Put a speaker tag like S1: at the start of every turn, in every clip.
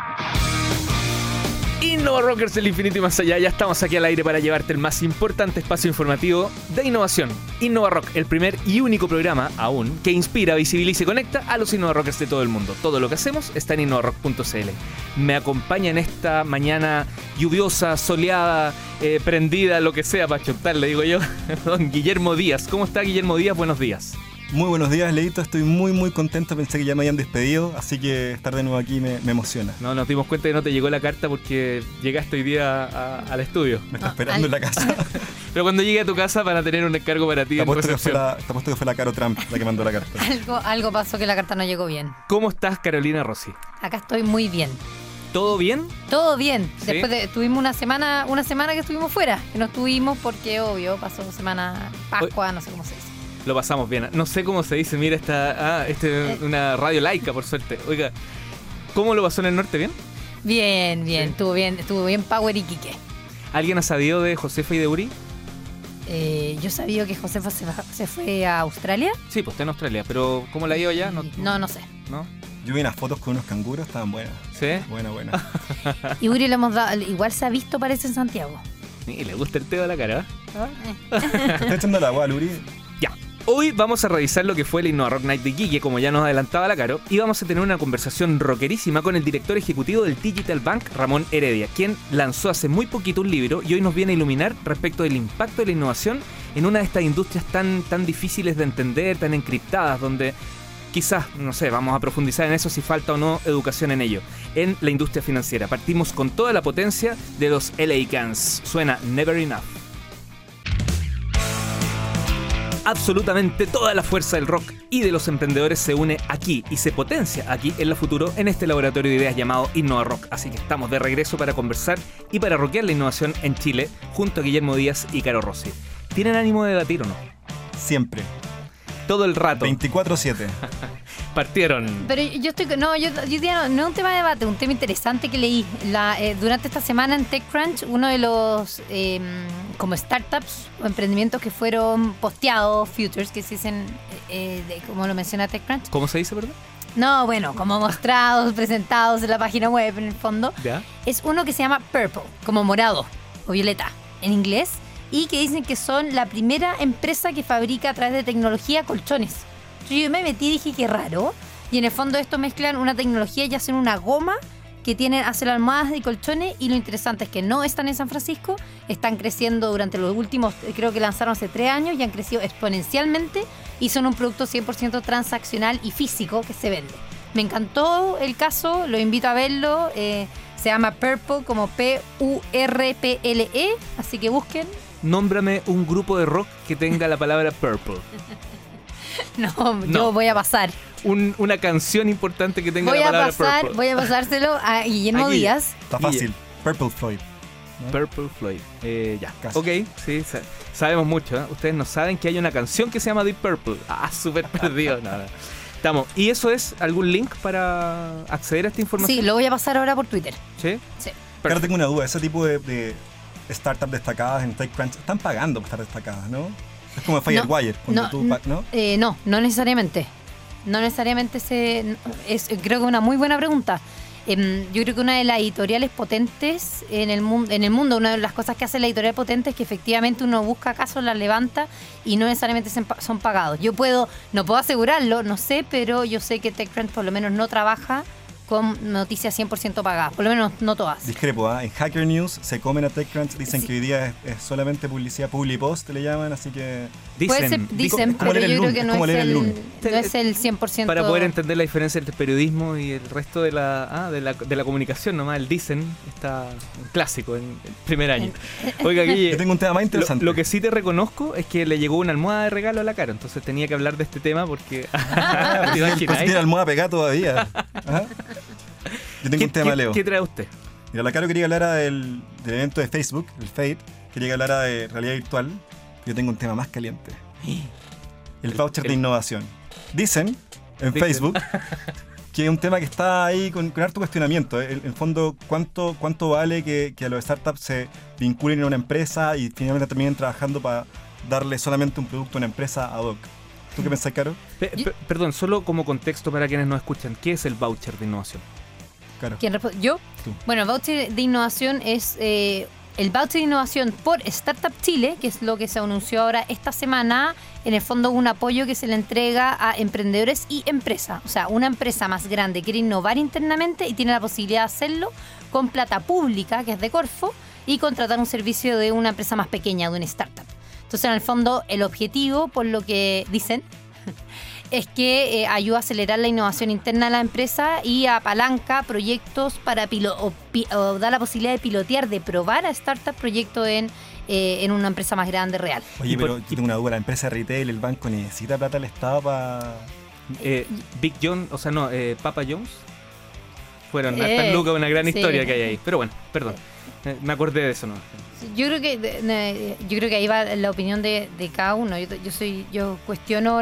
S1: Innova Rockers del infinito y más allá, ya estamos aquí al aire para llevarte el más importante espacio informativo de innovación. Innova Rock, el primer y único programa aún que inspira, visibiliza y conecta a los Innova Rockers de todo el mundo. Todo lo que hacemos está en innovarock.cl. Me acompaña en esta mañana lluviosa, soleada, prendida, lo que sea para chutar, le digo yo, don Guillermo Díaz. ¿Cómo está, Guillermo Díaz? Buenos días.
S2: Muy buenos días, Leito. Estoy muy contento. Pensé que ya me habían despedido, así que estar de nuevo aquí me emociona.
S1: No, nos dimos cuenta que no te llegó la carta porque llegaste hoy día al estudio.
S2: Me está esperando en la casa.
S1: Pero cuando llegue a tu casa van a tener un encargo para ti. Te apuesto
S2: que fue la Caro Trump la que mandó la carta.
S3: Algo pasó que la carta no llegó bien.
S1: ¿Cómo estás, Carolina Rossi?
S3: Acá estoy muy bien.
S1: ¿Todo bien?
S3: Todo bien.
S1: ¿Sí?
S3: Después tuvimos una semana que estuvimos fuera. Que no estuvimos porque, obvio, pasó semana Pascua, no sé cómo se dice.
S1: Lo pasamos bien. No sé cómo se dice, mira, una radio laica, por suerte. Oiga, ¿cómo lo pasó en el norte? ¿Bien?
S3: Bien.
S1: Sí.
S3: Estuvo bien Power Iquique.
S1: ¿Alguien ha sabido de Josefa y de Uri?
S3: Yo sabía que Josefa se fue a Australia.
S1: Sí, pues está en Australia, pero ¿cómo la ha ido allá?
S3: No sé.
S1: ¿No?
S2: Yo vi unas fotos con unos canguros, estaban buenas.
S1: ¿Sí?
S2: Buena.
S3: Y Uri le hemos dado, igual se ha visto, parece, en Santiago.
S1: Y le gusta el teo de la cara.
S2: ¿Te está echando la agua, Uri?
S1: Ya. Hoy vamos a revisar lo que fue el Innova Rock Night de Iquique, como ya nos adelantaba la Caro, y vamos a tener una conversación rockerísima con el director ejecutivo del Digital Bank, Ramón Heredia, quien lanzó hace muy poquito un libro y hoy nos viene a iluminar respecto del impacto de la innovación en una de estas industrias tan difíciles de entender, tan encriptadas, donde quizás, no sé, vamos a profundizar en eso si falta o no educación en ello, en la industria financiera. Partimos con toda la potencia de los LA Guns. Suena Never Enough. Absolutamente toda la fuerza del rock y de los emprendedores se une aquí y se potencia aquí en La Futuro en este laboratorio de ideas llamado Innova Rock. Así que estamos de regreso para conversar y para rockear la innovación en Chile junto a Guillermo Díaz y Caro Rossi. ¿Tienen ánimo de debatir o no?
S2: Siempre.
S1: Todo el rato.
S2: 24/7.
S1: Partieron.
S3: Pero yo diría, no es un tema de debate, un tema interesante que leí. Durante esta semana en TechCrunch, uno de los como startups o emprendimientos que fueron posteados, futures, que se dicen, como lo menciona TechCrunch.
S1: ¿Cómo se dice, perdón?
S3: No, bueno, como mostrados, presentados en la página web, en el fondo.
S1: ¿Ya?
S3: Es uno que se llama Purple, como morado o violeta en inglés, y que dicen que son la primera empresa que fabrica a través de tecnología colchones. Yo me metí y dije, qué raro. Y en el fondo esto mezclan una tecnología y hacen una goma que hacen almohadas y colchones, y lo interesante es que no están en San Francisco, están creciendo durante los últimos, creo que lanzaron hace 3 años y han crecido exponencialmente y son un producto 100% transaccional y físico que se vende. Me encantó el caso, lo invito a verlo, se llama Purple como Purple, así que busquen.
S1: Nómbrame un grupo de rock que tenga la palabra purple.
S3: No, yo voy a pasar.
S1: Una canción importante que tenga la palabra purple.
S3: Voy a pasárselo a Guillermo Díaz.
S2: Está fácil. Purple Floyd.
S1: ¿No? Purple Floyd. Ya.
S2: Casi.
S1: Ok, sí, sabemos mucho. Ustedes no saben que hay una canción que se llama Deep Purple. Súper perdido. Nada. Estamos. ¿Y eso es algún link para acceder a esta información?
S3: Sí, lo voy a pasar ahora por Twitter.
S1: ¿Sí?
S3: Sí.
S2: Pero tengo una duda. Ese tipo de startups destacadas en TechCrunch están pagando por estar destacadas, ¿no? Es como Firewire.
S3: No necesariamente. No necesariamente creo que es una muy buena pregunta. Yo creo que una de las editoriales potentes en el mundo, una de las cosas que hace la editorial potente es que efectivamente uno busca casos, las levanta y no necesariamente son pagados. No puedo asegurarlo, no sé, pero yo sé que TechCrunch por lo menos no trabaja con noticias 100% pagadas, por lo menos no todas.
S2: Discrepo, en Hacker News se comen a TechCrunch, dicen que hoy día es solamente publicidad, publipost le llaman, así que...
S3: Dicen, pero yo creo que no es el 100%.
S1: Para poder entender la diferencia entre periodismo y el resto de la comunicación, nomás el dicen está un clásico en el primer año. Oiga, Guille,
S2: yo tengo un tema más interesante.
S1: Lo que sí te reconozco es que le llegó una almohada de regalo a la Caro, entonces tenía que hablar de este tema porque...
S2: ¿Te imaginas? Tiene la almohada pegada todavía. ¿Ah? Yo tengo un tema, Leo.
S1: ¿Qué trae usted?
S2: Mira, la Caro quería hablar del evento de Facebook, el Fade. Quería que hablara de realidad virtual. Yo tengo un tema más caliente. El voucher de innovación. Dicen en Facebook que es un tema que está ahí con harto cuestionamiento. En el fondo, ¿cuánto vale que a los startups se vinculen a una empresa y finalmente terminen trabajando para darle solamente un producto a una empresa ad hoc? ¿Tú qué pensás, Caro?
S1: Perdón, solo como contexto para quienes nos escuchan, ¿qué es el voucher de innovación?
S2: Claro.
S3: ¿Yo?
S2: Tú.
S3: Bueno, el voucher de innovación es el voucher de innovación por Startup Chile, que es lo que se anunció ahora esta semana. En el fondo, un apoyo que se le entrega a emprendedores y empresas. O sea, una empresa más grande quiere innovar internamente y tiene la posibilidad de hacerlo con plata pública, que es de Corfo, y contratar un servicio de una empresa más pequeña, de una startup. Entonces, en el fondo, el objetivo, por lo que dicen, es que ayuda a acelerar la innovación interna de la empresa y apalanca proyectos para o da la posibilidad de pilotear, de probar a startup proyectos en una empresa más grande real.
S2: Oye, pero yo tengo una duda. ¿La empresa retail, el banco, necesita plata del Estado para...?
S1: Big John, o sea, no, Papa John's. Fueron hasta Lucas, una gran historia que hay ahí. Pero bueno, perdón. Me acordé de eso, ¿no?
S3: Yo creo que ahí va la opinión de cada uno. Yo cuestiono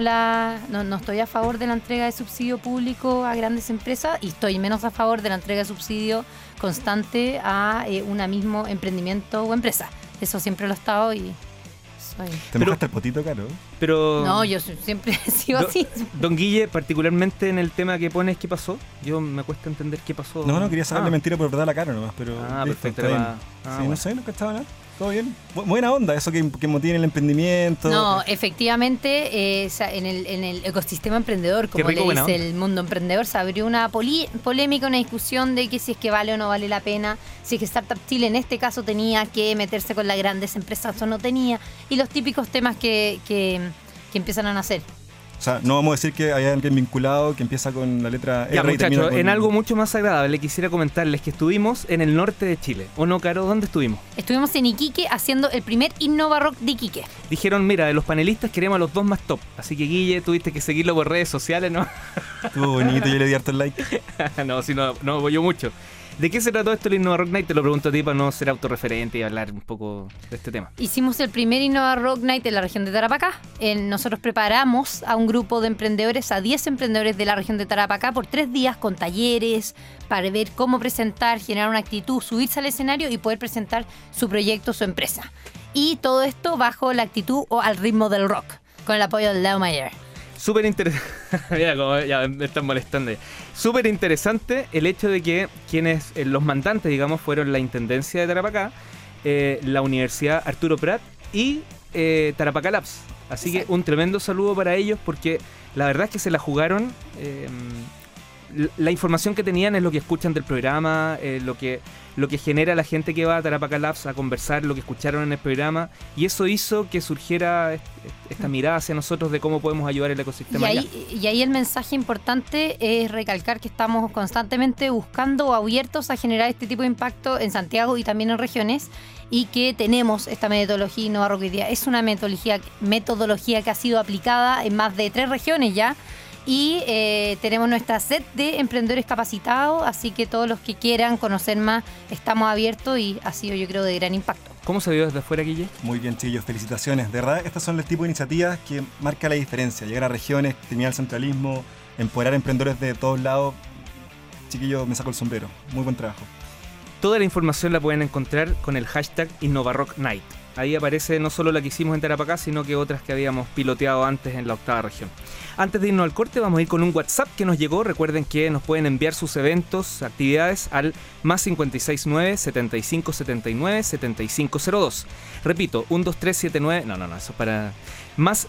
S3: no estoy a favor de la entrega de subsidio público a grandes empresas y estoy menos a favor de la entrega de subsidio constante a un mismo emprendimiento o empresa. Eso siempre lo he estado y soy...
S2: ¿Te mojaste el potito, Caro?
S1: Pero
S3: no, yo siempre he sido así.
S1: Don Guille, particularmente en el tema que pones, ¿qué pasó? Yo me cuesta entender qué pasó.
S2: No, quería saberle mentira por verdad la cara nomás, pero...
S1: perfecto.
S2: Bueno. No sé, no estaba nada. Todo bien. Buena onda, eso que motiva el emprendimiento.
S3: No, efectivamente, en el ecosistema emprendedor, como
S1: rico,
S3: le dice el mundo emprendedor, se abrió una polémica, una discusión de que si es que vale o no vale la pena, si es que Startup Chile en este caso tenía que meterse con las grandes empresas o no tenía, y los típicos temas que empiezan a nacer.
S2: O sea, no vamos a decir que hay alguien vinculado que empieza con la letra
S1: ya,
S2: R y termina
S1: muchachos,
S2: con...
S1: en algo mucho más agradable quisiera comentarles que estuvimos en el norte de Chile. ¿O no, Caro? ¿Dónde estuvimos?
S3: Estuvimos en Iquique haciendo el primer Innova Rock de Iquique.
S1: Dijeron, mira, de los panelistas queremos a los 2 más top. Así que, Guille, tuviste que seguirlo por redes sociales, ¿no?
S2: Estuvo bonito, yo le di harto like.
S1: No, sí, no apoyó mucho. ¿De qué se trató esto el Innova Rock Night? Te lo pregunto a ti para no ser autorreferente y hablar un poco de este tema.
S3: Hicimos el primer Innova Rock Night en la región de Tarapacá. Nosotros preparamos a un grupo de emprendedores, a 10 emprendedores de la región de Tarapacá por 3 días con talleres para ver cómo presentar, generar una actitud, subirse al escenario y poder presentar su proyecto, su empresa. Y todo esto bajo la actitud o al ritmo del rock, con el apoyo de Leo Mayer.
S1: Súper interesante. Mira cómo ya me están molestando. Súper interesante el hecho de que quienes, los mandantes, digamos, fueron la Intendencia de Tarapacá, la Universidad Arturo Prat y Tarapacá Labs. Así Exacto. Que un tremendo saludo para ellos porque la verdad es que se la jugaron. La información que tenían es lo que escuchan del programa, lo que genera la gente que va a Tarapacá Labs a conversar, lo que escucharon en el programa, y eso hizo que surgiera esta mirada hacia nosotros de cómo podemos ayudar el ecosistema.
S3: Y ahí el mensaje importante es recalcar que estamos constantemente buscando o abiertos a generar este tipo de impacto en Santiago y también en regiones, y que tenemos esta metodología Innova Rock hoy día. Es una metodología que ha sido aplicada en más de 3 regiones ya. Y tenemos nuestra set de emprendedores capacitados, así que todos los que quieran conocer más, estamos abiertos y ha sido, yo creo, de gran impacto.
S1: ¿Cómo se vio desde afuera, Guille?
S2: Muy bien, chicos, felicitaciones. De verdad, estas son el tipo de iniciativas que marcan la diferencia. Llegar a regiones, terminar el centralismo, empoderar a emprendedores de todos lados. Chiquillos, me saco el sombrero. Muy buen trabajo.
S1: Toda la información la pueden encontrar con el hashtag InnovaRockNight. Ahí aparece no solo la que hicimos en Tarapacá, sino que otras que habíamos piloteado antes en la 8ª región. Antes de irnos al corte, vamos a ir con un WhatsApp que nos llegó. Recuerden que nos pueden enviar sus eventos, actividades al más 569-7579-7502. Repito, 12379... No, eso es para... Más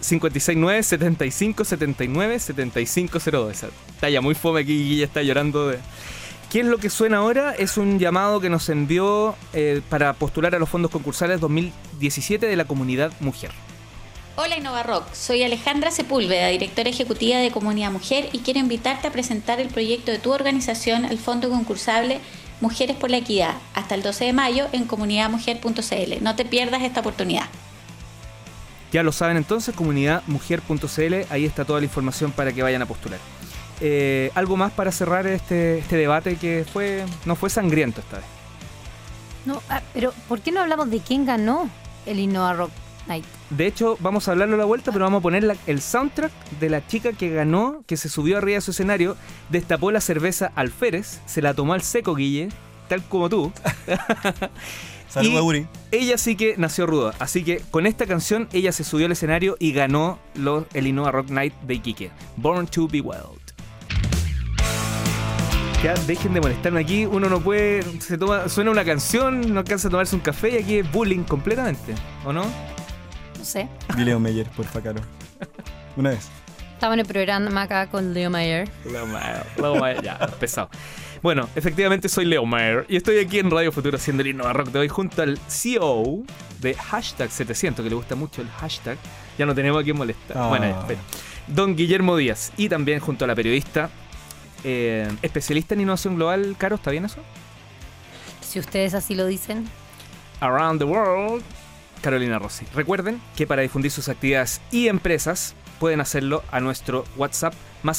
S1: 569-7579-7502. Esa talla muy fome aquí, Guille está llorando de... ¿Qué es lo que suena ahora? Es un llamado que nos envió para postular a los fondos concursales 2017 de la Comunidad Mujer.
S4: Hola Innova Rock, soy Alejandra Sepúlveda, directora ejecutiva de Comunidad Mujer, y quiero invitarte a presentar el proyecto de tu organización al fondo concursable Mujeres por la Equidad hasta el 12 de mayo en comunidadmujer.cl. No te pierdas esta oportunidad.
S1: Ya lo saben entonces, comunidadmujer.cl, ahí está toda la información para que vayan a postular. ¿Algo más para cerrar este debate que no fue sangriento esta vez?
S3: No, pero ¿por qué no hablamos de quién ganó el Innova Rock Night?
S1: De hecho, vamos a hablarlo a la vuelta, pero vamos a poner el soundtrack de la chica que ganó, que se subió arriba de su escenario, destapó la cerveza Alférez, se la tomó al seco, Guille, tal como tú.
S2: Saludos a Uri.
S1: Ella sí que nació ruda, así que con esta canción ella se subió al escenario y ganó el Innova Rock Night de Iquique. Born to be Wild. Ya dejen de molestarme aquí. Uno no puede. Suena una canción, no alcanza a tomarse un café y aquí es bullying completamente. ¿O no?
S3: No sé.
S2: Di Leo Meyer, porfa, Caro. Una vez.
S3: Estaba en el programa acá con Leo Mayer.
S1: Leo Mayer, ya, pesado. Bueno, efectivamente soy Leo Mayer y estoy aquí en Radio Futuro haciendo el Innova Rock de hoy junto al CEO de Hashtag 700, que le gusta mucho el hashtag. Ya no tenemos a quien molestar. Bueno, espera. Don Guillermo Díaz. Y también junto a la periodista especialista en innovación global. Caro, ¿está bien eso?
S3: Si ustedes así lo dicen.
S1: Around the World, Carolina Rossi. Recuerden que para difundir sus actividades y empresas pueden hacerlo a nuestro WhatsApp más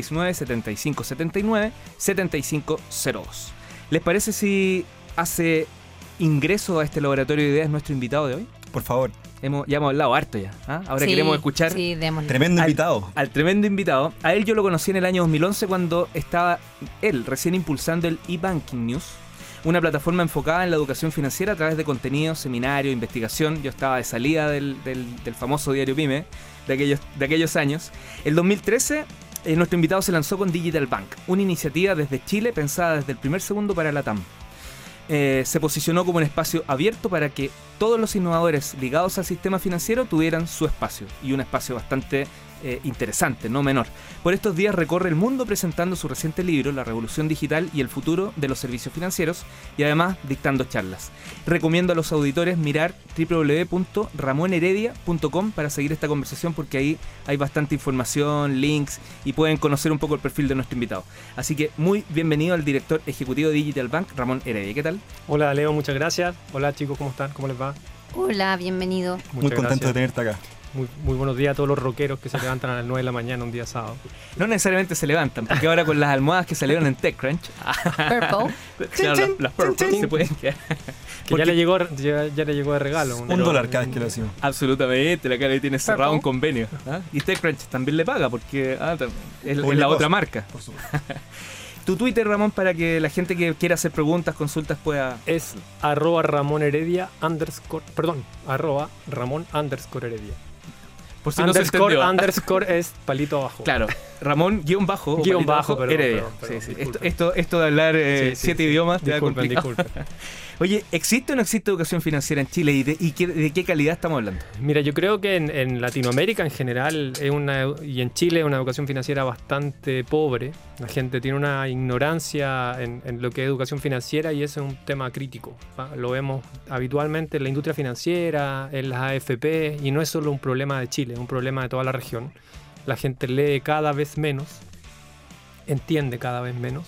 S1: 569-7579-7502. ¿Les parece si hace ingreso a este laboratorio de ideas nuestro invitado de hoy?
S2: Por favor.
S1: Ya hemos hablado harto ya. Ahora
S3: Sí,
S1: queremos escuchar
S2: Tremendo invitado.
S1: al tremendo invitado. A él yo lo conocí en el año 2011 cuando estaba él recién impulsando el eBanking News, una plataforma enfocada en la educación financiera a través de contenidos, seminarios, investigación. Yo estaba de salida del famoso diario Pyme de aquellos años. El 2013 nuestro invitado se lanzó con Digital Bank, una iniciativa desde Chile pensada desde el primer segundo para LATAM. Se posicionó como un espacio abierto para que todos los innovadores ligados al sistema financiero tuvieran su espacio, y un espacio bastante interesante, no menor. Por estos días recorre el mundo presentando su reciente libro, La Revolución Digital y el Futuro de los Servicios Financieros, y además dictando charlas. Recomiendo a los auditores mirar www.ramonheredia.com para seguir esta conversación, porque ahí hay bastante información, links, y pueden conocer un poco el perfil de nuestro invitado. Así que muy bienvenido al director ejecutivo de Digital Bank, Ramón Heredia. ¿Qué tal?
S5: Hola Leo, muchas gracias. Hola chicos, ¿cómo están? ¿Cómo les va?
S3: Hola, bienvenido.
S2: Muy contento de tenerte acá.
S5: Muy buenos días a todos los rockeros que se levantan a las 9 de la mañana un día sábado.
S1: No necesariamente se levantan, porque ahora con las almohadas que salieron en TechCrunch,
S3: Purple.
S1: claro, las Purple se pueden quedar.
S5: Que ya le llegó de regalo.
S2: $1 cada vez que lo decimos.
S1: Absolutamente, la cara tiene cerrado un convenio. Y TechCrunch también le paga, porque es la otra marca.
S2: Por supuesto.
S1: Tu Twitter, Ramón, para que la gente que quiera hacer preguntas, consultas pueda...
S5: Es @RamónHeredia @Ramón_Heredia.
S1: Por si no se entendió.
S5: Underscore es palito abajo.
S1: Claro, Ramón _bajo
S5: perdón,
S1: Heredia.
S5: perdón,
S1: Sí.
S5: disculpen.
S1: Esto de hablar 7 idiomas te da
S5: Disculpen.
S1: complicado. Oye, ¿existe o no existe educación financiera en Chile? ¿Y de qué calidad estamos hablando?
S5: Mira, yo creo que en Latinoamérica en general y en Chile es una educación financiera bastante pobre. La gente tiene una ignorancia en lo que es educación financiera, y eso es un tema crítico. Lo vemos habitualmente en la industria financiera, en las AFP, y no es solo un problema de Chile, es un problema de toda la región. La gente lee cada vez menos, entiende cada vez menos,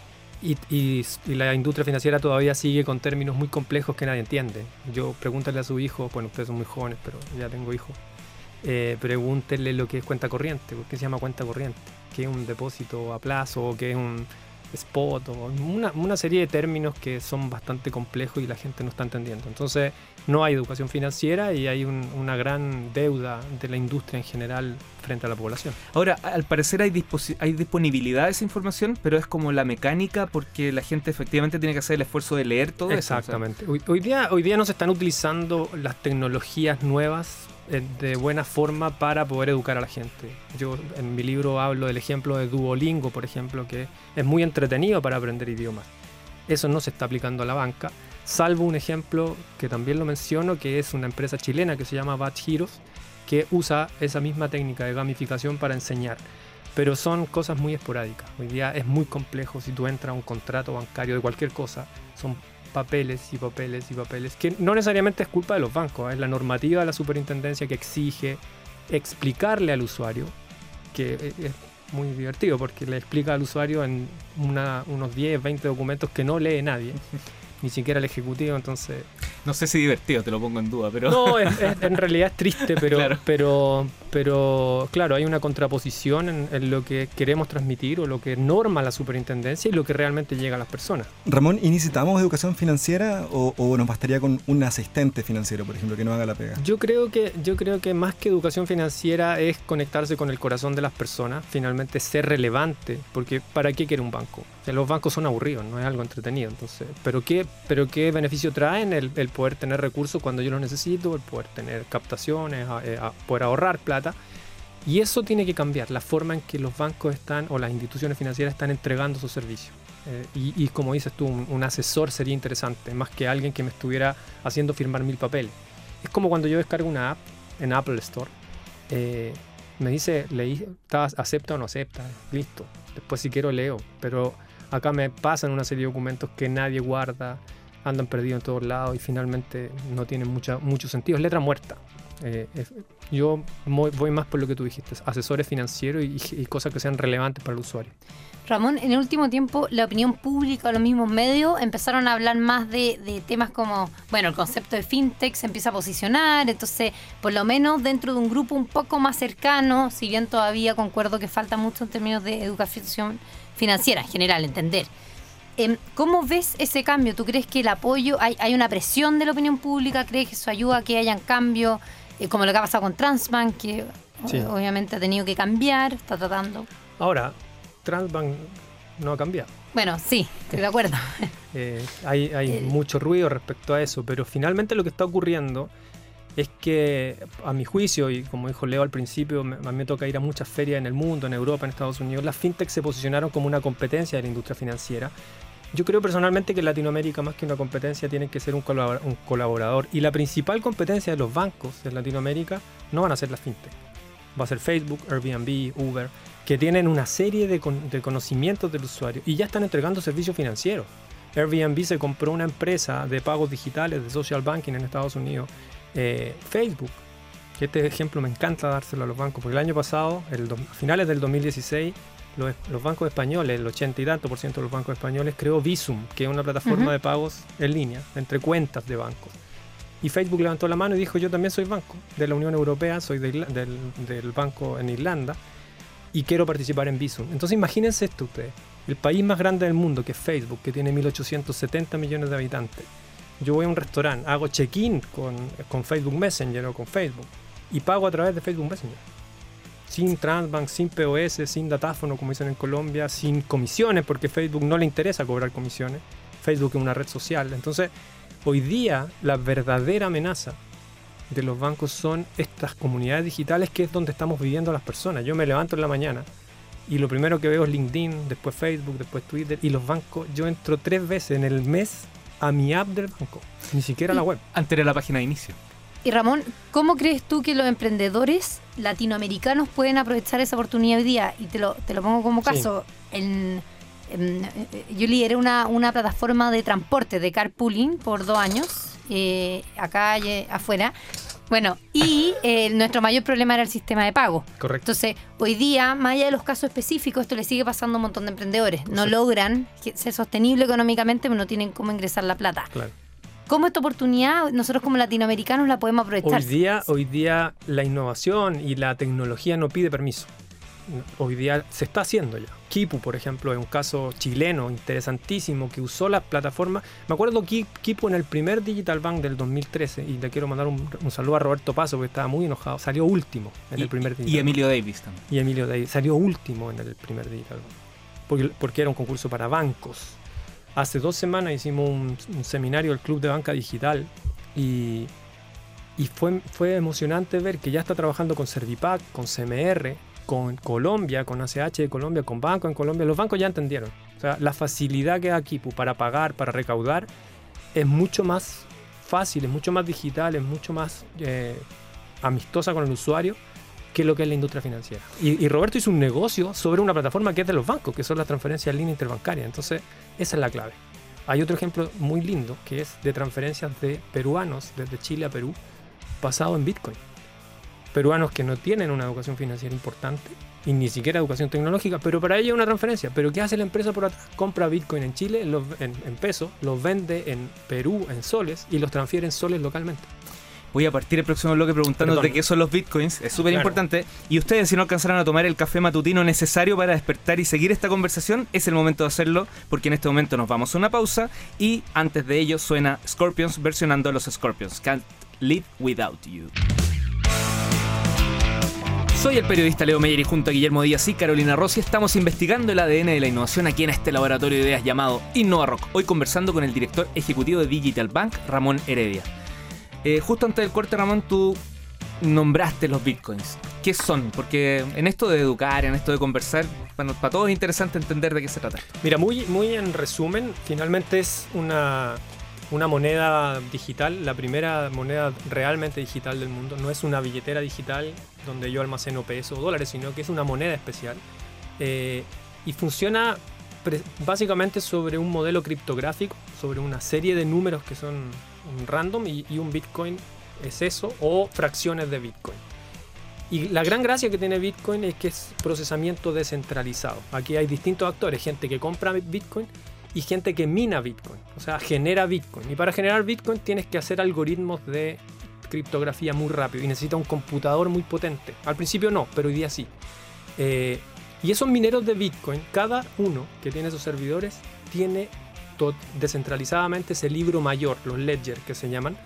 S5: y la industria financiera todavía sigue con términos muy complejos que nadie entiende. Pregúntale a su hijo, bueno, ustedes son muy jóvenes, pero ya tengo hijos, pregúntenle lo que es cuenta corriente, ¿por qué se llama cuenta corriente? ¿Qué es un depósito a plazo? ¿Qué es un spot? O una serie de términos que son bastante complejos y la gente no está entendiendo. Entonces no hay educación financiera y hay una gran deuda de la industria en general frente a la población.
S1: Ahora, al parecer hay disponibilidad de esa información, pero es como la mecánica, porque la gente efectivamente tiene que hacer el esfuerzo de leer todo eso.
S5: Exactamente. Hoy día no se están utilizando las tecnologías nuevas de buena forma para poder educar a la gente. Yo en mi libro hablo del ejemplo de Duolingo, por ejemplo, que es muy entretenido para aprender idiomas. Eso no se está aplicando a la banca, salvo un ejemplo que también lo menciono, que es una empresa chilena que se llama Batch Heroes, que usa esa misma técnica de gamificación para enseñar. Pero son cosas muy esporádicas. Hoy día es muy complejo. Si tú entras a un contrato bancario de cualquier cosa, son papeles y papeles y papeles, que no necesariamente es culpa de los bancos, es la normativa de la superintendencia que exige explicarle al usuario, que es muy divertido porque le explica al usuario en unos 10, 20 documentos que no lee nadie, ni siquiera el ejecutivo. Entonces
S1: no sé si divertido, te lo pongo en duda, pero...
S5: No, en realidad es triste, pero,
S1: Claro.
S5: pero claro, hay una contraposición en lo que queremos transmitir o lo que norma la superintendencia y lo que realmente llega a las personas.
S2: Ramón, ¿y necesitamos educación financiera o nos bastaría con un asistente financiero, por ejemplo, que no haga la pega?
S5: Yo creo que más que educación financiera es conectarse con el corazón de las personas, finalmente ser relevante, porque ¿para qué quiere un banco? O sea, los bancos son aburridos, no es algo entretenido. Entonces, ¿pero qué beneficio traen? El poder tener recursos cuando yo los necesito, el poder tener captaciones, poder ahorrar plata. Y eso tiene que cambiar, la forma en que los bancos están o las instituciones financieras están entregando sus servicios. Y como dices tú, un asesor sería interesante, más que alguien que me estuviera haciendo firmar 1000 papeles. Es como cuando yo descargo una app en Apple Store. Me dice, acepta o no acepta, listo. Después si quiero leo, pero acá me pasan una serie de documentos que nadie guarda, andan perdidos en todos lados y finalmente no tienen mucho sentido. Es letra muerta. Yo voy más por lo que tú dijiste, asesores financieros y cosas que sean relevantes para el usuario.
S3: Ramón, en el último tiempo la opinión pública o los mismos medios empezaron a hablar más de temas como, bueno, el concepto de fintech se empieza a posicionar, entonces por lo menos dentro de un grupo un poco más cercano, si bien todavía concuerdo que falta mucho en términos de educación financiera en general, entender. ¿Cómo ves ese cambio? ¿Tú crees que el apoyo, hay una presión de la opinión pública? ¿Crees que eso ayuda a que hayan cambios, como lo que ha pasado con Transbank, que
S5: sí,
S3: obviamente ha tenido que cambiar, está tratando?
S5: Ahora, Transbank no ha cambiado.
S3: Bueno, sí, estoy de acuerdo.
S5: Hay mucho ruido respecto a eso, pero finalmente lo que está ocurriendo es que, a mi juicio, y como dijo Leo al principio, a mí me toca ir a muchas ferias en el mundo, en Europa, en Estados Unidos, las fintech se posicionaron como una competencia de la industria financiera. Yo creo personalmente que en Latinoamérica, más que una competencia, tienen que ser un colaborador. Y la principal competencia de los bancos en Latinoamérica no van a ser las fintech. Va a ser Facebook, Airbnb, Uber, que tienen una serie de conocimientos del usuario y ya están entregando servicios financieros. Airbnb se compró una empresa de pagos digitales, de social banking en Estados Unidos. Facebook, que este ejemplo me encanta dárselo a los bancos, porque el año pasado, a finales del 2016, los bancos españoles, el 80 y tanto % de los bancos españoles creó Bizum, que es una plataforma de pagos en línea, entre cuentas de bancos. Y Facebook levantó la mano y dijo, yo también soy banco de la Unión Europea, soy del banco en Irlanda y quiero participar en Bizum. Entonces imagínense esto ustedes, el país más grande del mundo, que es Facebook, que tiene 1.870 millones de habitantes. Yo voy a un restaurante, hago check-in con Facebook Messenger o con Facebook y pago a través de Facebook Messenger. Sin Transbank, sin POS, sin datáfono, como dicen en Colombia, sin comisiones, porque Facebook no le interesa cobrar comisiones. Facebook es una red social. Entonces, hoy día, la verdadera amenaza de los bancos son estas comunidades digitales, que es donde estamos viviendo las personas. Yo me levanto en la mañana y lo primero que veo es LinkedIn, después Facebook, después Twitter, y los bancos, yo entro 3 veces en el mes a mi app del banco, ni siquiera a la web.
S1: Antes era la página de inicio.
S3: Y Ramón, ¿cómo crees tú que los emprendedores latinoamericanos pueden aprovechar esa oportunidad hoy día? Y te lo pongo como caso. Sí. Yo lideré una plataforma de transporte, de carpooling, por 2 años, acá afuera. Bueno, y nuestro mayor problema era el sistema de pago.
S5: Correcto.
S3: Entonces, hoy día, más allá de los casos específicos, esto le sigue pasando a un montón de emprendedores. No logran ser sostenible económicamente, pero no tienen cómo ingresar la plata.
S5: Claro.
S3: ¿Cómo esta oportunidad nosotros como latinoamericanos la podemos aprovechar?
S5: Hoy día la innovación y la tecnología no pide permiso. Hoy día se está haciendo ya. Quipu, por ejemplo, es un caso chileno interesantísimo que usó la plataforma. Me acuerdo Quipu en el primer Digital Bank del 2013, y le quiero mandar un saludo a Roberto Paso, porque estaba muy enojado. Salió último en el primer Digital Bank.
S1: Y Emilio Davis también.
S5: Y Emilio Davis salió último en el primer Digital Bank. Porque era un concurso para bancos. Hace 2 semanas hicimos un seminario del Club de Banca Digital y fue emocionante ver que ya está trabajando con Servipac, con CMR, con Colombia, con ACH de Colombia, con Banco en Colombia. Los bancos ya entendieron. O sea, la facilidad que da Quipu para pagar, para recaudar, es mucho más fácil, es mucho más digital, es mucho más amistosa con el usuario que lo que es la industria financiera. Y Roberto hizo un negocio sobre una plataforma que es de los bancos, que son las transferencias en línea interbancarias. Entonces, esa es la clave. Hay otro ejemplo muy lindo, que es de transferencias de peruanos desde Chile a Perú, basado en Bitcoin. Peruanos que no tienen una educación financiera importante y ni siquiera educación tecnológica, pero para ellos es una transferencia. ¿Pero qué hace la empresa por atrás? Compra Bitcoin en Chile en pesos, los vende en Perú en soles y los transfiere en soles localmente.
S1: Voy a partir el próximo bloque preguntándote de qué son los bitcoins, es súper importante. Y ustedes, si no alcanzaron a tomar el café matutino necesario para despertar y seguir esta conversación, es el momento de hacerlo, porque en este momento nos vamos a una pausa y antes de ello suena Scorpions versionando a los Scorpions, Can't Live Without You. Soy el periodista Leo Meyer y junto a Guillermo Díaz y Carolina Rossi estamos investigando el ADN de la innovación aquí en este laboratorio de ideas llamado InnovaRock. Hoy conversando con el director ejecutivo de Digital Bank, Ramón Heredia. Justo antes del corte, Ramón, tú nombraste los bitcoins. ¿Qué son? Porque en esto de educar, en esto de conversar, para todos es interesante entender de qué se trata.
S5: Mira, muy en resumen, finalmente es una moneda digital, la primera moneda realmente digital del mundo. No es una billetera digital donde yo almaceno pesos o dólares, sino que es una moneda especial. Y funciona básicamente sobre un modelo criptográfico, sobre una serie de números que son random y un Bitcoin es eso, o fracciones de Bitcoin. Y la gran gracia que tiene Bitcoin es que es procesamiento descentralizado. Aquí hay distintos actores, gente que compra Bitcoin y gente que mina Bitcoin, o sea, genera Bitcoin. Y para generar Bitcoin tienes que hacer algoritmos de criptografía muy rápido y necesita un computador muy potente. Al principio no, pero hoy día sí. Y esos mineros de Bitcoin, cada uno que tiene esos servidores, tiene descentralizadamente ese libro mayor, los ledger que se llaman.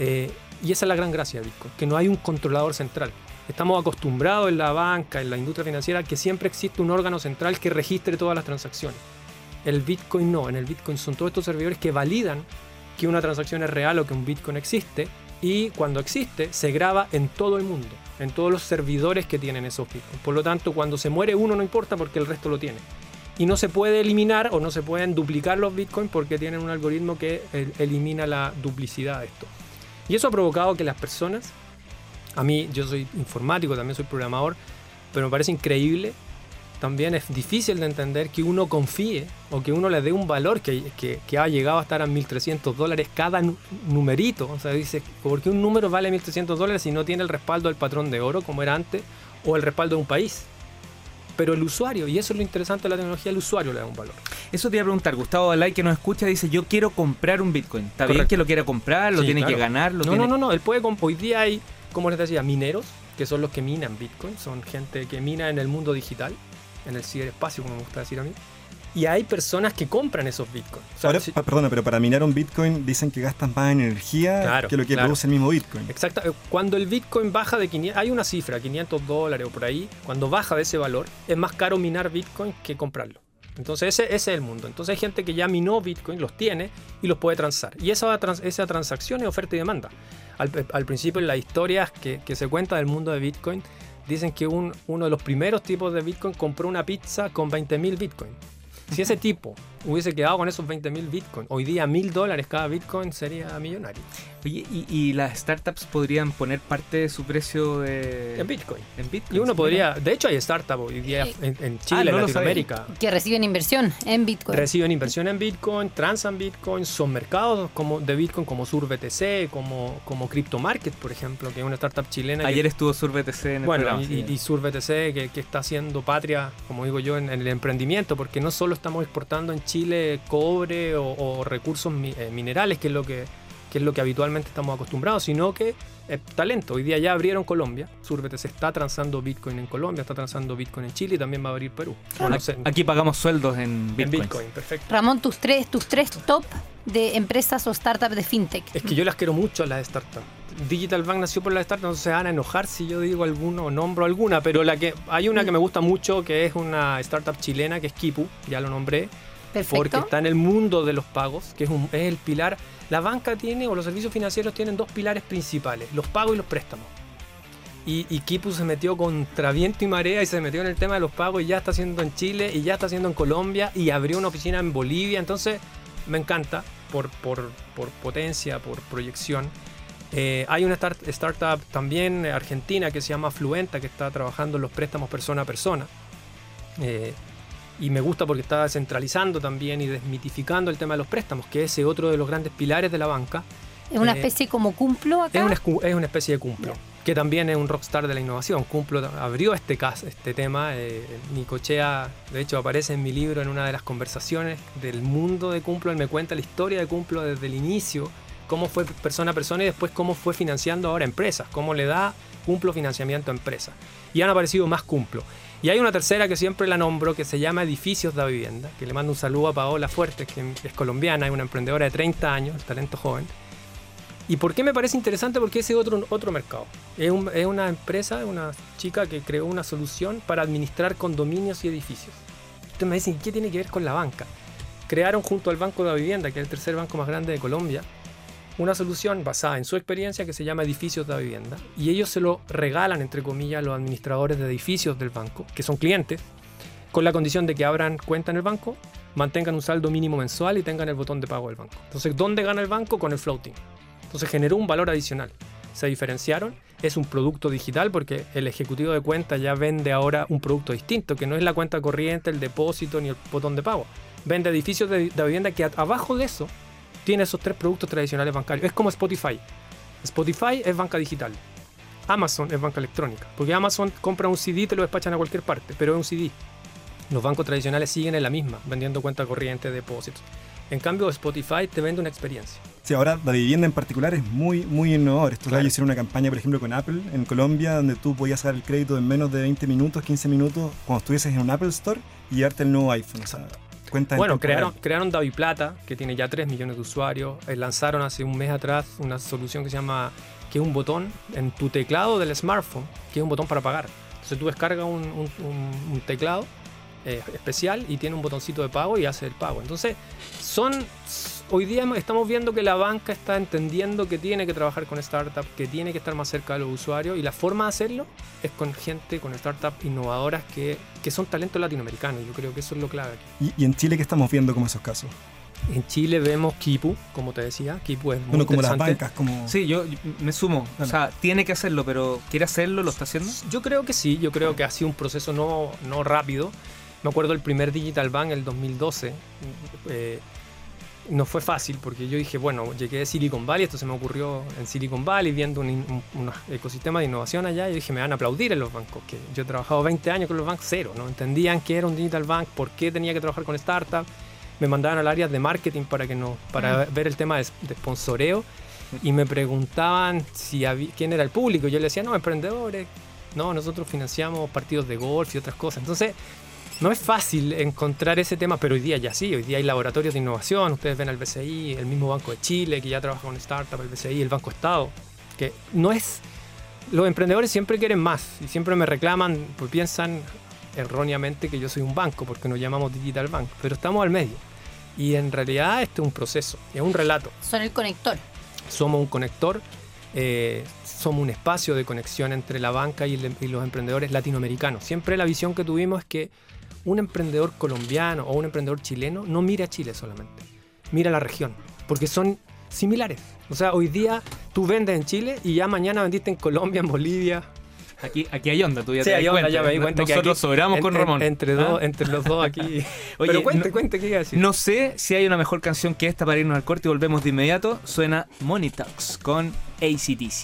S5: Y esa es la gran gracia de Bitcoin, que no hay un controlador central. Estamos acostumbrados en la banca, en la industria financiera, que siempre existe un órgano central que registre todas las transacciones. El Bitcoin no, en el Bitcoin son todos estos servidores que validan que una transacción es real o que un Bitcoin existe, y cuando existe se graba en todo el mundo, en todos los servidores que tienen esos Bitcoins. Por lo tanto, cuando se muere uno no importa porque el resto lo tiene. Y no se puede eliminar o no se pueden duplicar los Bitcoins porque tienen un algoritmo que elimina la duplicidad de esto. Y eso ha provocado que las personas, a mí, yo soy informático, también soy programador, pero me parece increíble, también es difícil de entender que uno confíe o que uno le dé un valor que ha llegado a estar a $1.300 cada numerito. O sea, dice, ¿por qué un número vale $1.300 si no tiene el respaldo del patrón de oro como era antes o el respaldo de un país? Pero el usuario, y eso es lo interesante de la tecnología, el usuario le da un valor.
S1: Eso te iba a preguntar, Gustavo Dalay, que nos escucha, dice, yo quiero comprar un Bitcoin. ¿Está
S5: Correcto.
S1: bien que lo quiera comprar? ¿Lo
S5: Sí,
S1: tiene
S5: claro.
S1: que ganar?
S5: No, él puede hoy día hay, como les decía, mineros, que son los que minan Bitcoin, son gente que mina en el mundo digital, en el ciberespacio, como me gusta decir a mí, y hay personas que compran esos Bitcoins. O sea,
S2: Ahora, perdona, pero para minar un Bitcoin dicen que gastan más energía
S5: Claro,
S2: que lo que
S5: claro.
S2: produce el mismo Bitcoin.
S5: exacto, cuando el Bitcoin baja de 500, hay una cifra, $500 o por ahí, cuando baja de ese valor, es más caro minar Bitcoin que comprarlo. Entonces ese es el mundo. Entonces hay gente que ya minó Bitcoin, los tiene y los puede transar. Y esa transacción es oferta y demanda. Al principio en las historias que se cuenta del mundo de Bitcoin, dicen que uno de los primeros tipos de Bitcoin compró una pizza con 20.000 Bitcoin. Si ese tipo hubiese quedado con esos 20.000 Bitcoin, hoy día $1.000 cada Bitcoin sería millonario.
S1: Oye, ¿y las startups podrían poner parte de su precio
S5: En Bitcoin.
S1: en Bitcoin?
S5: Y uno
S1: Sí,
S5: podría, de hecho hay startups hoy día en Chile,
S1: no
S5: en
S1: lo
S5: Latinoamérica.
S3: Que reciben inversión en Bitcoin.
S5: Reciben inversión en Bitcoin, transan Bitcoin, son mercados de Bitcoin como SurBTC, como CryptoMarket, por ejemplo, que es una startup chilena.
S1: Ayer estuvo SurBTC en el programa.
S5: Y SurBTC que está haciendo patria, como digo yo, en el emprendimiento, porque no solo estamos exportando en Chile cobre o recursos minerales, que es lo que habitualmente estamos acostumbrados, sino que talento. Hoy día ya abrieron Colombia, SurBTC está transando Bitcoin en Colombia, está transando Bitcoin en Chile y también va a abrir Perú.
S1: Bueno, aquí pagamos sueldos en Bitcoin.
S5: Perfecto.
S3: Ramón, tus tres top de empresas o startups de fintech.
S5: Es que yo las quiero mucho a las startups. Digital Bank nació por las startups, no se van a enojar si yo digo alguno o nombro alguna, pero hay una que me gusta mucho, que es una startup chilena, que es Quipu, ya lo nombré, porque
S3: Perfecto.
S5: está en el mundo de los pagos, que es el pilar. La banca tiene, o los servicios financieros tienen dos pilares principales, los pagos y los préstamos. Y Quipu se metió contra viento y marea y se metió en el tema de los pagos y ya está haciendo en Chile y ya está haciendo en Colombia y abrió una oficina en Bolivia. Entonces me encanta por potencia, por proyección. Hay una startup también argentina que se llama Fluenta, que está trabajando en los préstamos persona a persona. Y me gusta porque está descentralizando también y desmitificando el tema de los préstamos, que es otro de los grandes pilares de la banca.
S3: Es una especie como Cumplo acá.
S5: Es una especie de Cumplo, que también es un rockstar de la innovación. Cumplo abrió este tema. Nicochea, de hecho, aparece en mi libro en una de las conversaciones del mundo de Cumplo. Él me cuenta la historia de Cumplo desde el inicio, cómo fue persona a persona y después cómo fue financiando ahora empresas, cómo le da Cumplo financiamiento a empresas. Y han aparecido más Cumplo. Y hay una tercera que siempre la nombro, que se llama Edificios da Vivienda, que le mando un saludo a Paola Fuertes, que es colombiana, es una emprendedora de 30 años, talento joven. ¿Y por qué me parece interesante? Porque ese es otro mercado. Es una empresa, una chica que creó una solución para administrar condominios y edificios. Entonces me dicen, ¿qué tiene que ver con la banca? Crearon junto al Banco de la Vivienda, que es el tercer banco más grande de Colombia, una solución basada en su experiencia que se llama Edificios da Vivienda, y ellos se lo regalan, entre comillas, a los administradores de edificios del banco, que son clientes, con la condición de que abran cuenta en el banco, mantengan un saldo mínimo mensual y tengan el botón de pago del banco. Entonces, ¿dónde gana el banco? Con el floating. Entonces generó un valor adicional. Se diferenciaron, es un producto digital porque el ejecutivo de cuenta ya vende ahora un producto distinto, que no es la cuenta corriente, el depósito ni el botón de pago. Vende edificios de vivienda que abajo de eso tiene esos 3 productos tradicionales bancarios. Es como Spotify. Spotify es banca digital. Amazon es banca electrónica, porque Amazon compra un CD y te lo despachan a cualquier parte, pero es un CD. Los bancos tradicionales siguen en la misma, vendiendo cuenta corriente, depósitos. En cambio, Spotify te vende una experiencia.
S2: Sí, ahora la vivienda en particular es muy, muy innovador. Estos años hicieron una campaña, por ejemplo, con Apple en Colombia, donde tú podías sacar el crédito en menos de 20 minutos, 15 minutos, cuando estuvieses en un Apple Store y llevarte el nuevo iPhone. O sea, cuentas
S5: bueno,
S2: en tiempo real.
S5: crearon DaviPlata, que tiene ya 3 millones de usuarios. Lanzaron hace un mes atrás una solución que se llama, que es un botón en tu teclado del smartphone, que es un botón para pagar. Entonces tú descargas un teclado especial y tiene un botoncito de pago y hace el pago. Entonces, hoy día estamos viendo que la banca está entendiendo que tiene que trabajar con startups, que tiene que estar más cerca de los usuarios, y la forma de hacerlo es con gente, con startups innovadoras que son talentos latinoamericanos. Yo creo que eso es lo clave aquí.
S2: ¿Y en Chile qué estamos viendo como esos casos?
S5: En Chile vemos Kipu, como te decía. Kipu es muy
S2: Bueno, como las
S5: interesante.
S2: bancas, como...
S1: Sí, yo me sumo.
S2: Claro.
S1: O sea, tiene que hacerlo, pero ¿quiere hacerlo? ¿Lo está haciendo?
S5: Yo creo que sí, yo creo que ha sido un proceso no rápido. Me acuerdo el primer Digital Bank, el 2012, no fue fácil porque yo dije, bueno, llegué de Silicon Valley, esto se me ocurrió en Silicon Valley, viendo un ecosistema de innovación allá, y dije, me van a aplaudir en los bancos, que yo he trabajado 20 años con los bancos, cero, no entendían qué era un Digital Bank, por qué tenía que trabajar con startups, me mandaban al área de marketing para ver el tema de sponsoreo, y me preguntaban quién era el público, yo les decía, no, emprendedores, no, nosotros financiamos partidos de golf y otras cosas. Entonces, no es fácil encontrar ese tema, pero hoy día ya sí, hoy día hay laboratorios de innovación, ustedes ven al BCI, el mismo Banco de Chile, que ya trabaja con startups, el BCI, el Banco Estado, que no es... Los emprendedores siempre quieren más y siempre me reclaman, pues piensan erróneamente que yo soy un banco, porque nos llamamos Digital Bank, pero estamos al medio. Y en realidad este es un proceso, es un relato.
S3: Son el conector.
S5: Somos un conector, somos un espacio de conexión entre la banca y los emprendedores latinoamericanos. Siempre la visión que tuvimos es que un emprendedor colombiano o un emprendedor chileno no mira a Chile solamente, mira a la región, porque son similares. O sea, hoy día tú vendes en Chile y ya mañana vendiste en Colombia, en Bolivia.
S1: Aquí hay onda, tú ya
S5: Sí,
S1: te
S5: hay
S1: das
S5: onda,
S1: cuenta.
S5: ya me di cuenta que
S1: Nosotros
S5: aquí,
S1: sobramos con Ramón.
S5: Entre los dos aquí.
S1: Oye,
S5: Pero cuente, ¿qué iba a decir?
S1: No sé si hay una mejor canción que esta para irnos al corte y volvemos de inmediato. Suena Money Talks con AC/DC.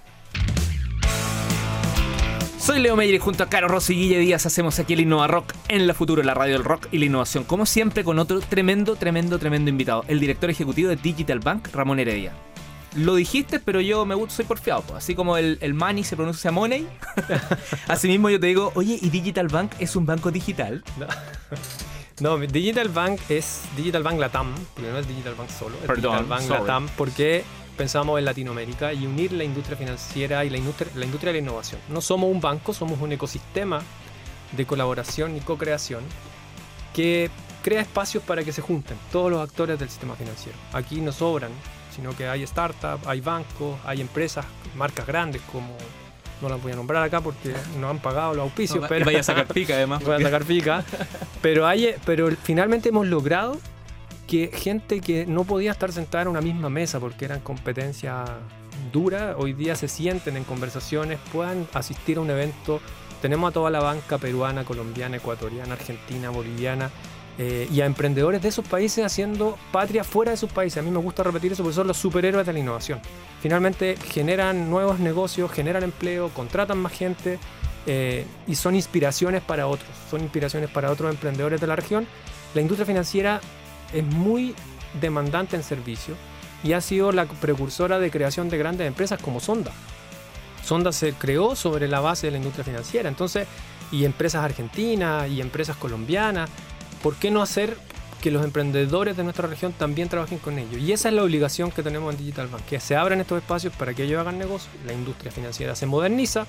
S1: Soy Leo Meyer y junto a Caro Rossi y Guille Díaz hacemos aquí el Innova Rock en la Futuro, la radio del rock y la innovación. Como siempre, con otro tremendo invitado, el director ejecutivo de Digital Bank, Ramón Heredia. Lo dijiste, pero yo soy porfiado, pues. Así como el money se pronuncia money, así mismo yo te digo, oye, ¿y Digital Bank es un banco digital?
S5: No, Digital Bank es Digital Bank Latam, porque no es Digital Bank solo, es Digital Bank Latam, porque pensamos en Latinoamérica y unir la industria financiera y la industria de la innovación. No somos un banco, somos un ecosistema de colaboración y co-creación que crea espacios para que se junten todos los actores del sistema financiero. Aquí no sobran, sino que hay startups, hay bancos, hay empresas, marcas grandes como... No las voy a nombrar acá porque no han pagado los auspicios.
S1: No,
S5: pero
S1: vaya a sacar pica además.
S5: Voy a sacar pica. Pero finalmente hemos logrado que gente que no podía estar sentada en una misma mesa porque eran competencia dura, hoy día se sienten en conversaciones, puedan asistir a un evento. Tenemos a toda la banca peruana, colombiana, ecuatoriana, argentina, boliviana, y a emprendedores de esos países haciendo patria fuera de sus países. A mí me gusta repetir eso porque son los superhéroes de la innovación. Finalmente generan nuevos negocios, generan empleo, contratan más gente, y son inspiraciones para otros. Son inspiraciones para otros emprendedores de la región. La industria financiera es muy demandante en servicio y ha sido la precursora de creación de grandes empresas como Sonda. Sonda se creó sobre la base de la industria financiera, entonces, y empresas argentinas y empresas colombianas. ¿Por qué no hacer que los emprendedores de nuestra región también trabajen con ellos? Y esa es la obligación que tenemos en Digital Bank, que se abran estos espacios para que ellos hagan negocio. La industria financiera se moderniza,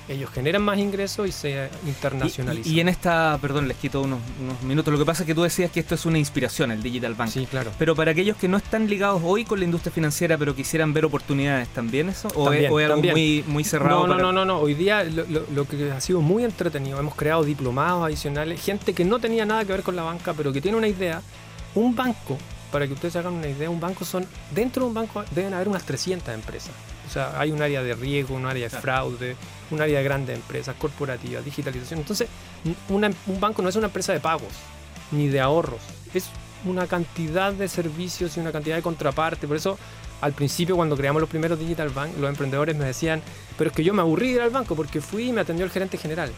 S5: ellos generan más ingresos y se internacionalizan.
S1: Y en esta, perdón, les quito unos minutos. Lo que pasa es que tú decías que esto es una inspiración, el Digital Bank.
S5: Sí, claro.
S1: Pero para aquellos que no están ligados hoy con la industria financiera, pero quisieran ver oportunidades, ¿también eso? ¿O es algo muy cerrado?
S5: No. Hoy día lo que ha sido muy entretenido, hemos creado diplomados adicionales, gente que no tenía nada que ver con la banca, pero que tiene una idea. Un banco, para que ustedes hagan una idea, dentro de un banco deben haber unas 300 empresas. O sea, hay un área de riesgo, un área de fraude, un área de grandes empresas, corporativas, digitalización. Entonces, un banco no es una empresa de pagos, ni de ahorros. Es una cantidad de servicios y una cantidad de contraparte. Por eso, al principio, cuando creamos los primeros Digital Bank, los emprendedores me decían, pero es que yo me aburrí de ir al banco porque fui y me atendió el gerente general.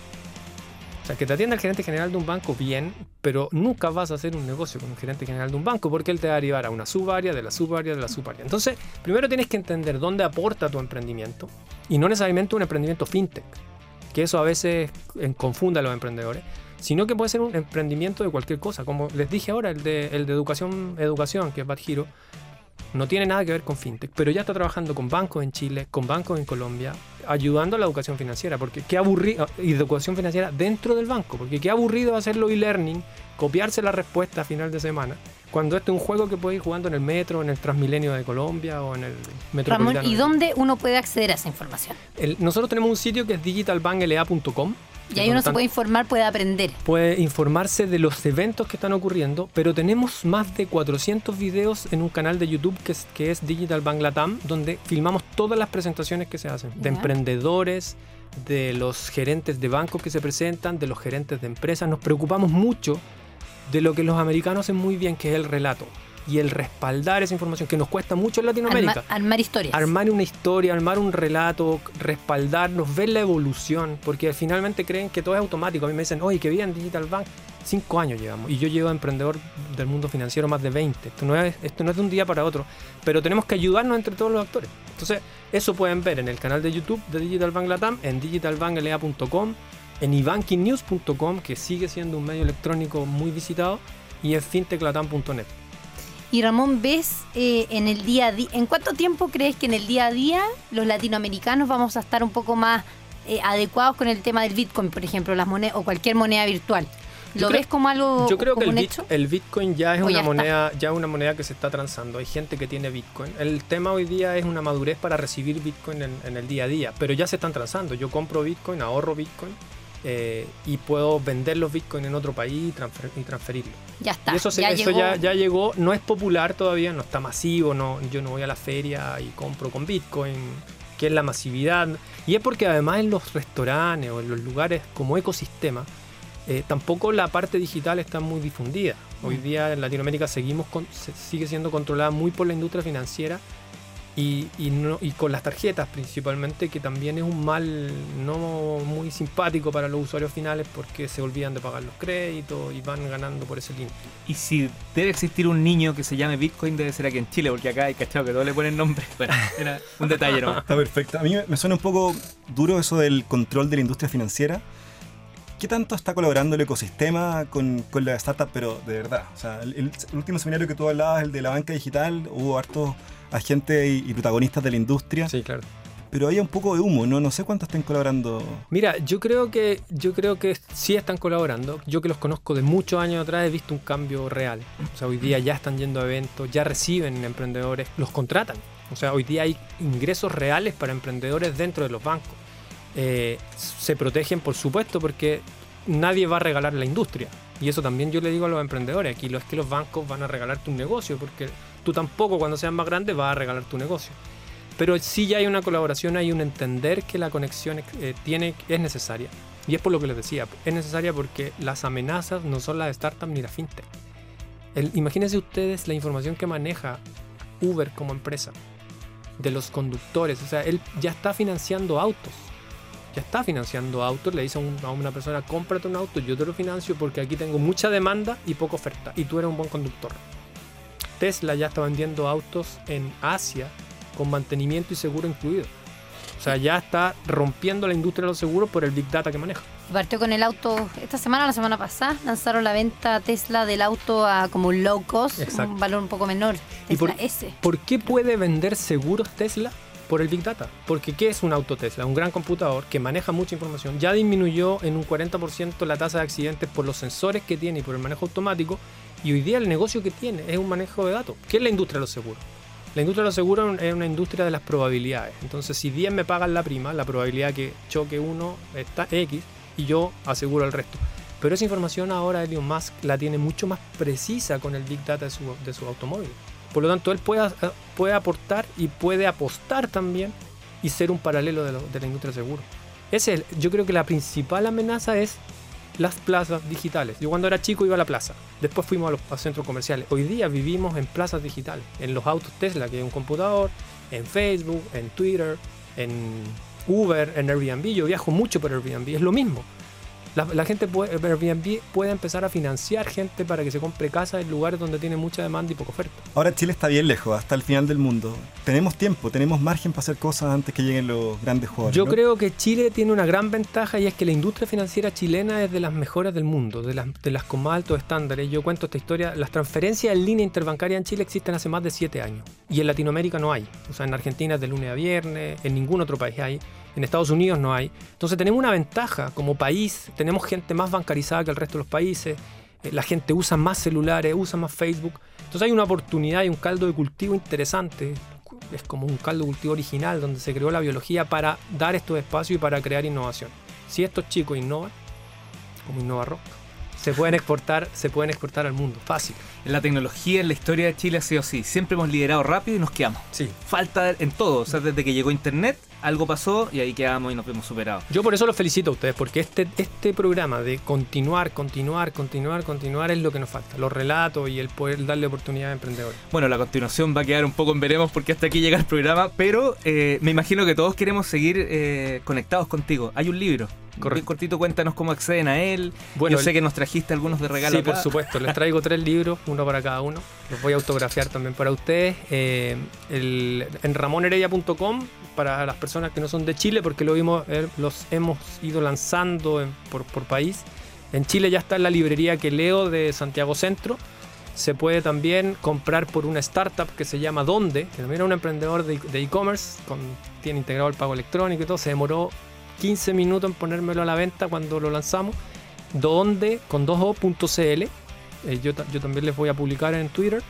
S5: O sea, que te atienda el gerente general de un banco bien, pero nunca vas a hacer un negocio con un gerente general de un banco porque él te va a derivar a una subárea, de la subárea, de la subárea. Entonces, primero tienes que entender dónde aporta tu emprendimiento y no necesariamente un emprendimiento fintech, que eso a veces confunde a los emprendedores, sino que puede ser un emprendimiento de cualquier cosa. Como les dije ahora, el de educación, que es Bad Hero, no tiene nada que ver con fintech, pero ya está trabajando con bancos en Chile, con bancos en Colombia, ayudando a la educación financiera, porque qué aburrido, y educación financiera dentro del banco, porque qué aburrido hacerlo e-learning, copiarse la respuesta a final de semana, cuando este es un juego que puede ir jugando en el metro, en el Transmilenio de Colombia o en el Metropolitano.
S3: Ramón, ¿y dónde uno puede acceder a esa información?
S5: Nosotros tenemos un sitio que es digitalbankla.com.
S3: Y ahí uno se puede informar, puede aprender.
S5: Puede informarse de los eventos que están ocurriendo, pero tenemos más de 400 videos en un canal de YouTube que es Digital Bank Latam, donde filmamos todas las presentaciones que se hacen, de emprendedores, de los gerentes de bancos que se presentan, de los gerentes de empresas. Nos preocupamos mucho de lo que los americanos hacen muy bien, que es el relato. Y el respaldar esa información, que nos cuesta mucho en Latinoamérica.
S3: Armar historias.
S5: Armar una historia, armar un relato, respaldarnos, ver la evolución, porque finalmente creen que todo es automático. A mí me dicen, oye, qué bien Digital Bank. 5 años llevamos. Y yo llevo a emprendedor del mundo financiero más de 20. Esto no es de un día para otro. Pero tenemos que ayudarnos entre todos los actores. Entonces, eso pueden ver en el canal de YouTube de Digital Bank Latam, en digitalbankla.com, en ebankingnews.com, que sigue siendo un medio electrónico muy visitado, y en fintechlatam.net.
S3: Y Ramón, ¿ves en el día a día, en cuánto tiempo crees que en el día a día los latinoamericanos vamos a estar un poco más adecuados con el tema del Bitcoin, por ejemplo, las monedas o cualquier moneda virtual? ¿Ves como algo?
S5: Yo creo que
S3: hecho?
S5: el Bitcoin ya es una moneda que se está transando. Hay gente que tiene Bitcoin. El tema hoy día es una madurez para recibir Bitcoin en el día a día, pero ya se están transando. Yo compro Bitcoin, ahorro Bitcoin. Y puedo vender los Bitcoin en otro país y transferirlo.
S3: Ya está.
S5: Y eso ya llegó. No es popular todavía, no está masivo. Yo no voy a la feria y compro con Bitcoin, que es la masividad. Y es porque además en los restaurantes o en los lugares como ecosistema, tampoco la parte digital está muy difundida. Hoy día en Latinoamérica sigue siendo controlada muy por la industria financiera. Y con las tarjetas principalmente, que también es un mal no muy simpático para los usuarios finales porque se olvidan de pagar los créditos y van ganando por ese límite.
S1: Y si debe existir un niño que se llame Bitcoin, debe ser aquí en Chile, porque acá hay cachado que todos le ponen nombre. Bueno, era un detalle nomás.
S2: Está perfecto. A mí me suena un poco duro eso del control de la industria financiera. ¿Qué tanto está colaborando el ecosistema con la startup? Pero de verdad, o sea, el último seminario que tú hablabas, el de la banca digital, hubo hartos agentes y protagonistas de la industria.
S5: Sí, claro.
S2: Pero hay un poco de humo, ¿no? No sé cuánto están colaborando.
S5: Mira, yo creo que sí están colaborando. Yo que los conozco de muchos años atrás he visto un cambio real. O sea, hoy día ya están yendo a eventos, ya reciben emprendedores, los contratan. O sea, hoy día hay ingresos reales para emprendedores dentro de los bancos. Se protegen, por supuesto, porque nadie va a regalar la industria. Y eso también yo le digo a los emprendedores. Aquí es que los bancos van a regalar tu negocio, porque tú tampoco, cuando seas más grande, vas a regalar tu negocio. Pero sí ya hay una colaboración, hay un entender que la conexión es necesaria. Y es por lo que les decía, es necesaria porque las amenazas no son las startups ni la fintech. Imagínense ustedes la información que maneja Uber como empresa, de los conductores. O sea, él ya está financiando autos. Le dice a una persona, cómprate un auto, yo te lo financio porque aquí tengo mucha demanda y poca oferta, y tú eres un buen conductor. Tesla ya está vendiendo autos en Asia con mantenimiento y seguro incluido. O sea, ya está rompiendo la industria de los seguros por el Big Data que maneja.
S3: Partió con el auto esta semana, la semana pasada, lanzaron la venta Tesla del auto a como un low cost,
S5: exacto,
S3: un valor un poco menor, Tesla S.
S5: ¿Por qué puede vender seguros Tesla? por el Big Data. Porque ¿qué es un auto Tesla? Un gran computador que maneja mucha información. Ya disminuyó en un 40% la tasa de accidentes por los sensores que tiene y por el manejo automático. Y hoy día el negocio que tiene es un manejo de datos. ¿Qué es la industria de los seguros? La industria de los seguros es una industria de las probabilidades. Entonces, si 10 me pagan la prima, la probabilidad que choque uno está X y yo aseguro el resto. Pero esa información ahora Elon Musk la tiene mucho más precisa con el Big Data de su automóvil. Por lo tanto, él puede aportar y puede apostar también y ser un paralelo de la industria del seguro. Yo creo que la principal amenaza es las plazas digitales. Yo cuando era chico iba a la plaza, después fuimos a los centros comerciales. Hoy día vivimos en plazas digitales, en los autos Tesla, que es un computador, en Facebook, en Twitter, en Uber, en Airbnb. Yo viajo mucho por Airbnb, es lo mismo. La gente Airbnb puede empezar a financiar gente para que se compre casas en lugares donde tiene mucha demanda y poca oferta.
S2: Ahora Chile está bien lejos, hasta el final del mundo. Tenemos tiempo, tenemos margen para hacer cosas antes que lleguen los grandes jugadores.
S5: Yo
S2: ¿no?
S5: creo que Chile tiene una gran ventaja y es que la industria financiera chilena es de las mejores del mundo, de las con más altos estándares. Yo cuento esta historia, las transferencias en línea interbancaria en Chile existen hace más de 7 años y en Latinoamérica no hay. O sea, en Argentina es de lunes a viernes, en ningún otro país hay. En Estados Unidos no hay. Entonces tenemos una ventaja como país, tenemos gente más bancarizada que el resto de los países, la gente usa más celulares, usa más Facebook. Entonces hay una oportunidad y un caldo de cultivo interesante. Es como un caldo de cultivo original donde se creó la biología para dar estos espacios y para crear innovación. Si estos chicos innovan, como Innova Rock, se pueden exportar al mundo, fácil.
S1: La tecnología en la historia de Chile ha sido así. Siempre hemos liderado rápido y nos quedamos.
S5: Sí.
S1: Falta en todo. O sea, desde que llegó Internet, algo pasó y ahí quedamos y nos hemos superado.
S5: Yo por eso los felicito a ustedes, porque este programa de continuar es lo que nos falta. Los relatos y el poder darle oportunidad a emprendedores.
S1: Bueno, la continuación va a quedar un poco en veremos porque hasta aquí llega el programa, pero me imagino que todos queremos seguir conectados contigo. Hay un libro. Bien cortito, cuéntanos cómo acceden a él.
S5: Bueno,
S1: yo sé que nos trajiste algunos de regalo.
S5: Sí,
S1: acá.
S5: por supuesto. Les traigo 3 libros, uno para cada uno. Los voy a autografiar también para ustedes. En ramoneredia.com para las personas que no son de Chile, porque los hemos ido lanzando por país. En Chile ya está en la librería que leo de Santiago Centro. Se puede también comprar por una startup que se llama Donde, que también es un emprendedor de e-commerce, tiene integrado el pago electrónico y todo. Se demoró 15 minutos en ponérmelo a la venta cuando lo lanzamos. Donde, con 2o.cl. Yo también les voy a publicar en Twitter.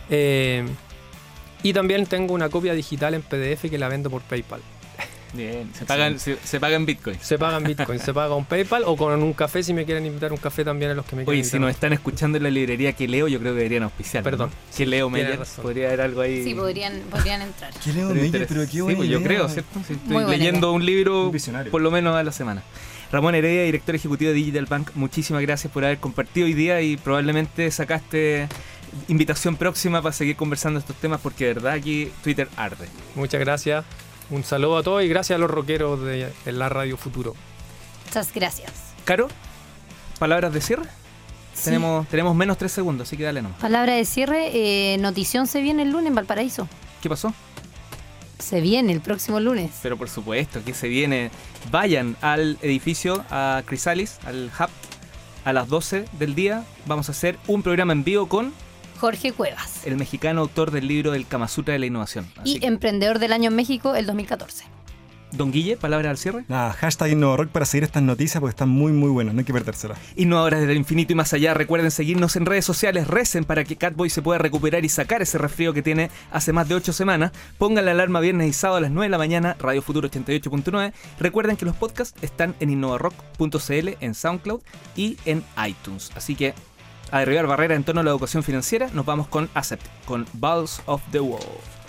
S5: Y también tengo una copia digital en PDF que la vendo por PayPal.
S1: Bien, se paga en Bitcoin.
S5: Se paga en Bitcoin, se paga un PayPal o con un café si me quieren invitar un café también a los que me quieran
S1: invitar. Oye, si nos están escuchando en la librería que leo, yo creo que deberían auspiciar.
S5: Perdón.
S1: ¿No? Que Leo Meyer podría haber algo ahí.
S3: Sí, podrían entrar.
S2: ¿Qué Leo Meyer? Pero qué buena
S1: sí,
S2: idea.
S1: Yo creo, ¿cierto? Sí, estoy
S3: Muy
S1: leyendo un libro
S2: visionario.
S1: por lo menos a la semana. Ramón Heredia, director ejecutivo de Digital Bank, muchísimas gracias por haber compartido hoy día y probablemente sacaste invitación próxima para seguir conversando estos temas porque de verdad aquí Twitter arde.
S5: Muchas gracias. Un saludo a todos y gracias a los rockeros de la Radio Futuro.
S3: Muchas gracias.
S1: Caro, palabras de cierre.
S3: Sí.
S1: Tenemos menos 3 segundos, así que dale nomás.
S3: Palabra de cierre, Notición se viene el lunes en Valparaíso.
S1: ¿Qué pasó?
S3: Se viene el próximo lunes.
S1: Pero por supuesto que se viene. Vayan al edificio, a Chrysalis, al Hub, a las 12 del día. Vamos a hacer un programa en vivo con
S3: Jorge Cuevas,
S1: el mexicano autor del libro del Kama Sutra de la Innovación. Así
S3: y
S1: que,
S3: emprendedor del año en México el 2014.
S1: Don Guille, palabras al cierre.
S2: Nada, hashtag Innova Rock para seguir estas noticias porque están muy muy buenas, no hay que perdérselas.
S1: Innovadoras desde el infinito y más allá. Recuerden seguirnos en redes sociales, recen para que Catboy se pueda recuperar y sacar ese resfrío que tiene hace más de 8 semanas. Pongan la alarma viernes y sábado a las 9 de la mañana, Radio Futuro 88.9. Recuerden que los podcasts están en innovarock.cl, en SoundCloud y en iTunes. Así que a derribar barreras en torno a la educación financiera, nos vamos con Accept, con Balls of the Wall.